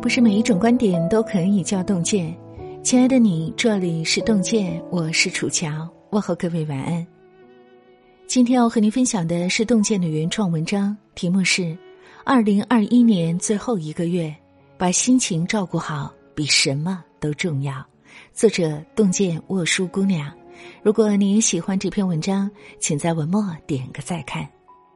不是每一种观点都可以叫洞见。亲爱的你，这里是洞见，我是楚乔，问候各位晚安。今天要和您分享的是洞见的原创文章，题目是2021年最后一个月，把心情照顾好比什么都重要。作者洞见沃书姑娘。如果你也喜欢这篇文章，请在文末点个再看。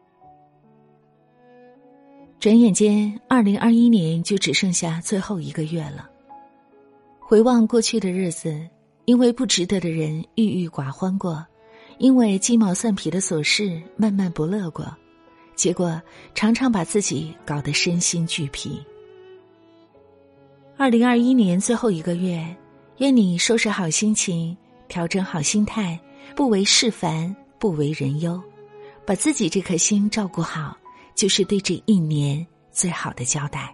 转眼间2021年就只剩下最后一个月了。回望过去的日子，因为不值得的人郁郁寡欢过，因为鸡毛蒜皮的琐事闷闷不乐过，结果常常把自己搞得身心俱疲。2021年最后一个月，愿你收拾好心情，调整好心态，不为事烦，不为人忧，把自己这颗心照顾好，就是对这一年最好的交代。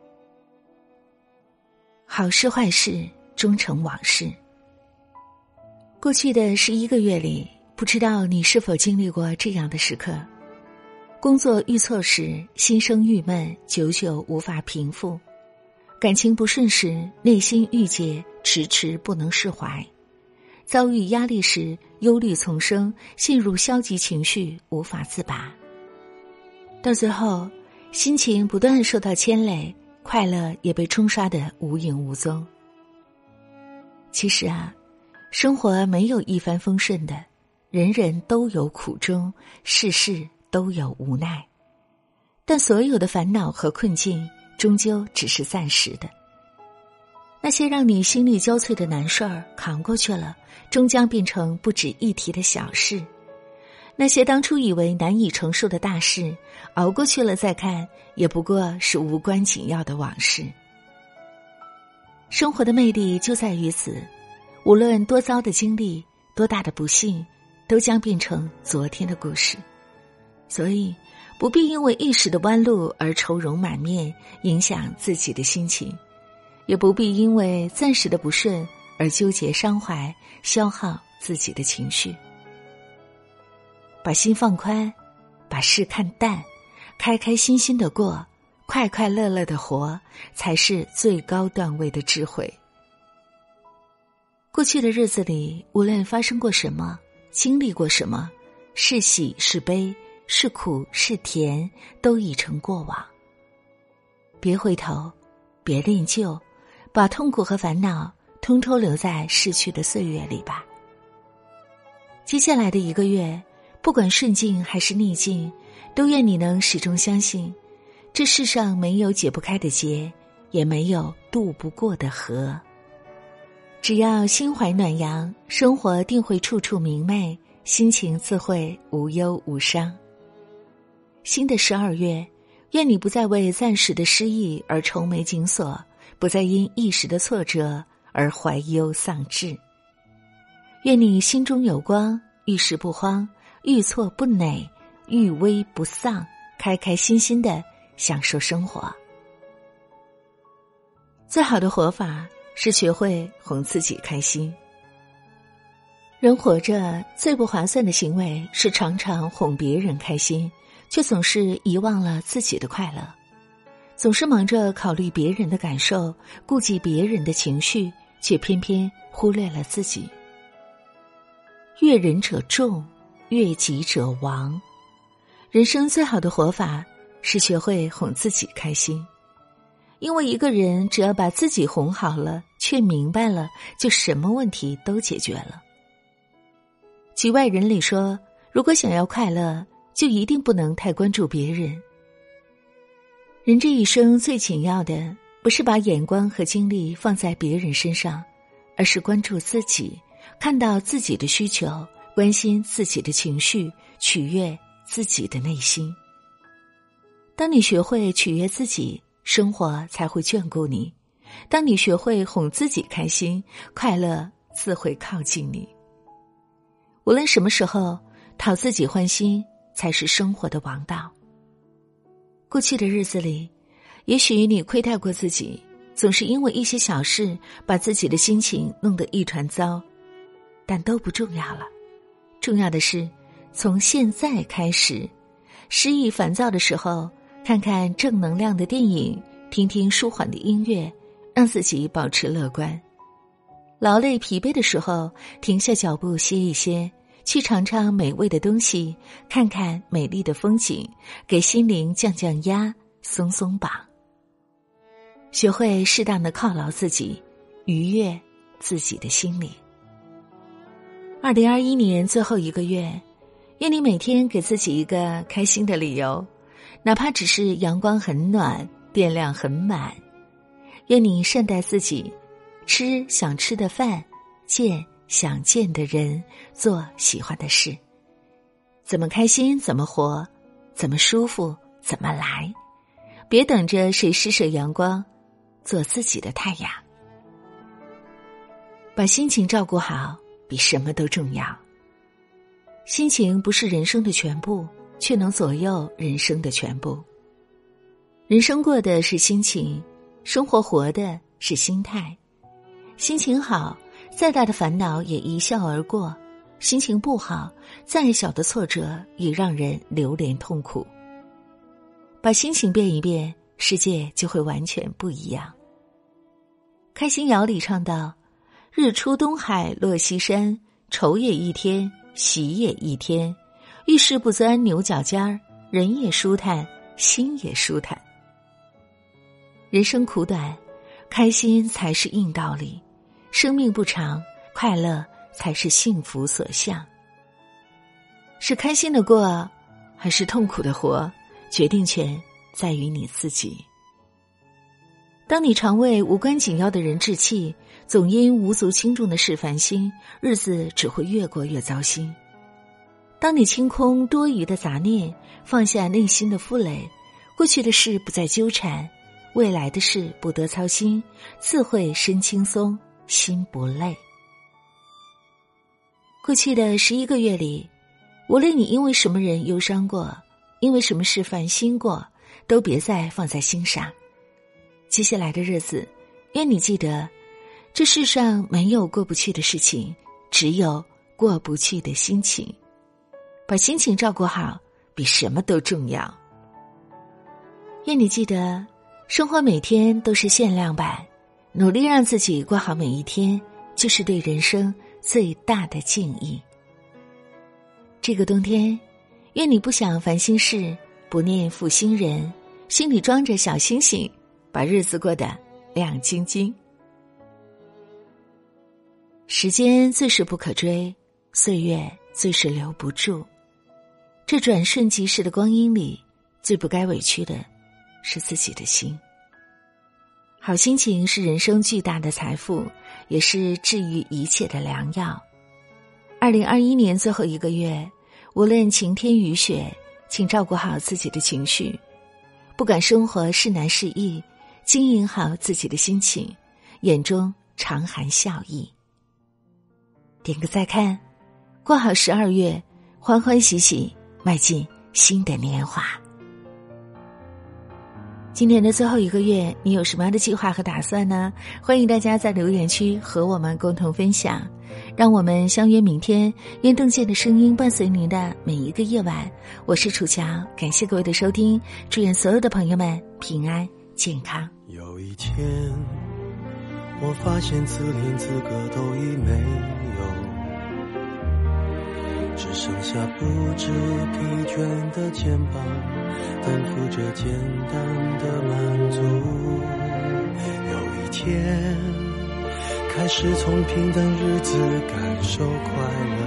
好事坏事终成往事。过去的11个月里，不知道你是否经历过这样的时刻：工作遇挫时，心生郁闷，久久无法平复；感情不顺时，内心郁结，迟迟不能释怀；遭遇压力时，忧虑丛生，陷入消极情绪，无法自拔。到最后，心情不断受到牵累，快乐也被冲刷得无影无踪。其实生活没有一帆风顺的，人人都有苦衷，事事都有无奈。但所有的烦恼和困境，终究只是暂时的。那些让你心力交瘁的难事儿，扛过去了，终将变成不值一提的小事。那些当初以为难以承受的大事，熬过去了再看，也不过是无关紧要的往事。生活的魅力就在于此，无论多糟的经历，多大的不幸，都将变成昨天的故事。所以不必因为一时的弯路而愁容满面，影响自己的心情，也不必因为暂时的不顺而纠结伤怀，消耗自己的情绪。把心放宽，把事看淡，开开心心的过，快快乐乐的活，才是最高段位的智慧。过去的日子里，无论发生过什么，经历过什么，是喜是悲，是苦是甜，都已成过往。别回头，别恋旧，把痛苦和烦恼通通留在逝去的岁月里吧。接下来的一个月，不管顺境还是逆境，都愿你能始终相信，这世上没有解不开的结，也没有渡不过的河。只要心怀暖阳，生活定会处处明媚，心情自会无忧无伤。新的12月，愿你不再为暂时的失意而愁眉紧锁，不再因一时的挫折而怀忧丧志。愿你心中有光，遇事不慌，遇挫不馁，遇危不丧，开开心心地享受生活。最好的活法是学会哄自己开心。人活着最不划算的行为是常常哄别人开心，却总是遗忘了自己的快乐，总是忙着考虑别人的感受，顾及别人的情绪，却偏偏忽略了自己。悦人者众，悦己者亡。人生最好的活法是学会哄自己开心。因为一个人只要把自己哄好了，却明白了，就什么问题都解决了。局外人里说，如果想要快乐，就一定不能太关注别人。人这一生最紧要的，不是把眼光和精力放在别人身上，而是关注自己，看到自己的需求，关心自己的情绪，取悦自己的内心。当你学会取悦自己，生活才会眷顾你；当你学会哄自己开心，快乐自会靠近你。无论什么时候，讨自己欢心才是生活的王道。过去的日子里，也许你亏待过自己，总是因为一些小事把自己的心情弄得一团糟，但都不重要了。重要的是，从现在开始，失意烦躁的时候，看看正能量的电影， 听听舒缓的音乐，让自己保持乐观。劳累疲惫的时候，停下脚步歇一歇，去尝尝美味的东西，看看美丽的风景，给心灵降降压，松松绑。学会适当的犒劳自己，愉悦自己的心理。2021年最后一个月，愿你每天给自己一个开心的理由，哪怕只是阳光很暖，电量很满。愿你善待自己，吃想吃的饭，见想见的人，做喜欢的事。怎么开心怎么活，怎么舒服怎么来。别等着谁施舍阳光，做自己的太阳。把心情照顾好，比什么都重要。心情不是人生的全部，却能左右人生的全部。人生过的是心情，生活活的是心态。心情好，再大的烦恼也一笑而过；心情不好，再小的挫折也让人流连痛苦。把心情变一变，世界就会完全不一样。开心谣里唱道：日出东海落西山，愁也一天，喜也一天。遇事不钻牛角尖儿，人也舒坦，心也舒坦。人生苦短，开心才是硬道理。生命不长，快乐才是幸福所向。是开心的过，还是痛苦的活，决定权在于你自己。当你常为无关紧要的人置气，总因无足轻重的事烦心，日子只会越过越糟心。当你清空多余的杂念，放下内心的负累，过去的事不再纠缠，未来的事不得操心，自会身轻松，心不累。过去的11个月里，无论你因为什么人忧伤过，因为什么事烦心过，都别再放在心上。接下来的日子，愿你记得，这世上没有过不去的事情，只有过不去的心情。把心情照顾好，比什么都重要。愿你记得，生活每天都是限量版，努力让自己过好每一天，就是对人生最大的敬意。这个冬天，愿你不想烦心事，不念负心人，心里装着小星星，把日子过得亮晶晶。时间最是不可追，岁月最是留不住。这转瞬即逝的光阴里，最不该委屈的是自己的心。好心情是人生巨大的财富，也是治愈一切的良药。2021年最后一个月，无论晴天雨雪，请照顾好自己的情绪。不管生活是难是易，经营好自己的心情，眼中常含笑意。点个再看，过好12月，欢欢喜喜迈进新的年华。今年的最后一个月，你有什么样的计划和打算呢？欢迎大家在留言区和我们共同分享。让我们相约明天，愿邓健的声音伴随您的每一个夜晚。我是楚乔，感谢各位的收听，祝愿所有的朋友们平安健康。 有一天，我发现自怜资格都已没有，只剩下不知疲倦的肩膀，担负着简单的满足。有一天，开始从平淡日子感受快乐，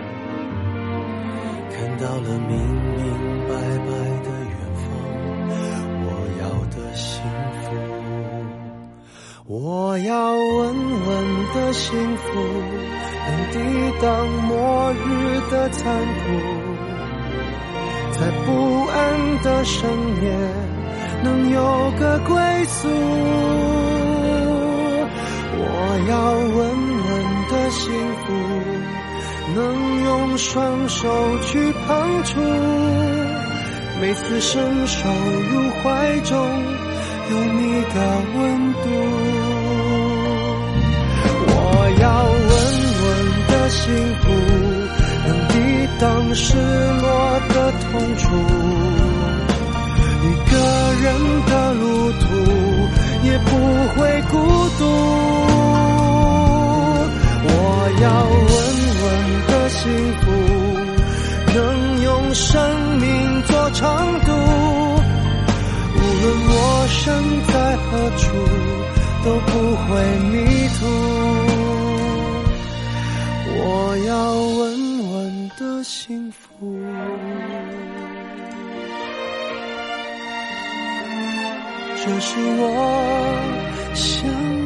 看到了明明白白的远方，我要的幸福。我要稳稳的幸福，能抵挡末日的残酷，在不安的深夜能有个归宿。我要稳稳的幸福，能用双手去碰触，每次伸手入怀中有你的温度。我要稳稳的幸福，能抵挡失落的痛楚，一个人的路途会孤独。我要稳稳的幸福，能用生命做长度，无论我身在何处，都不会迷途。我要稳稳的幸福。这是我想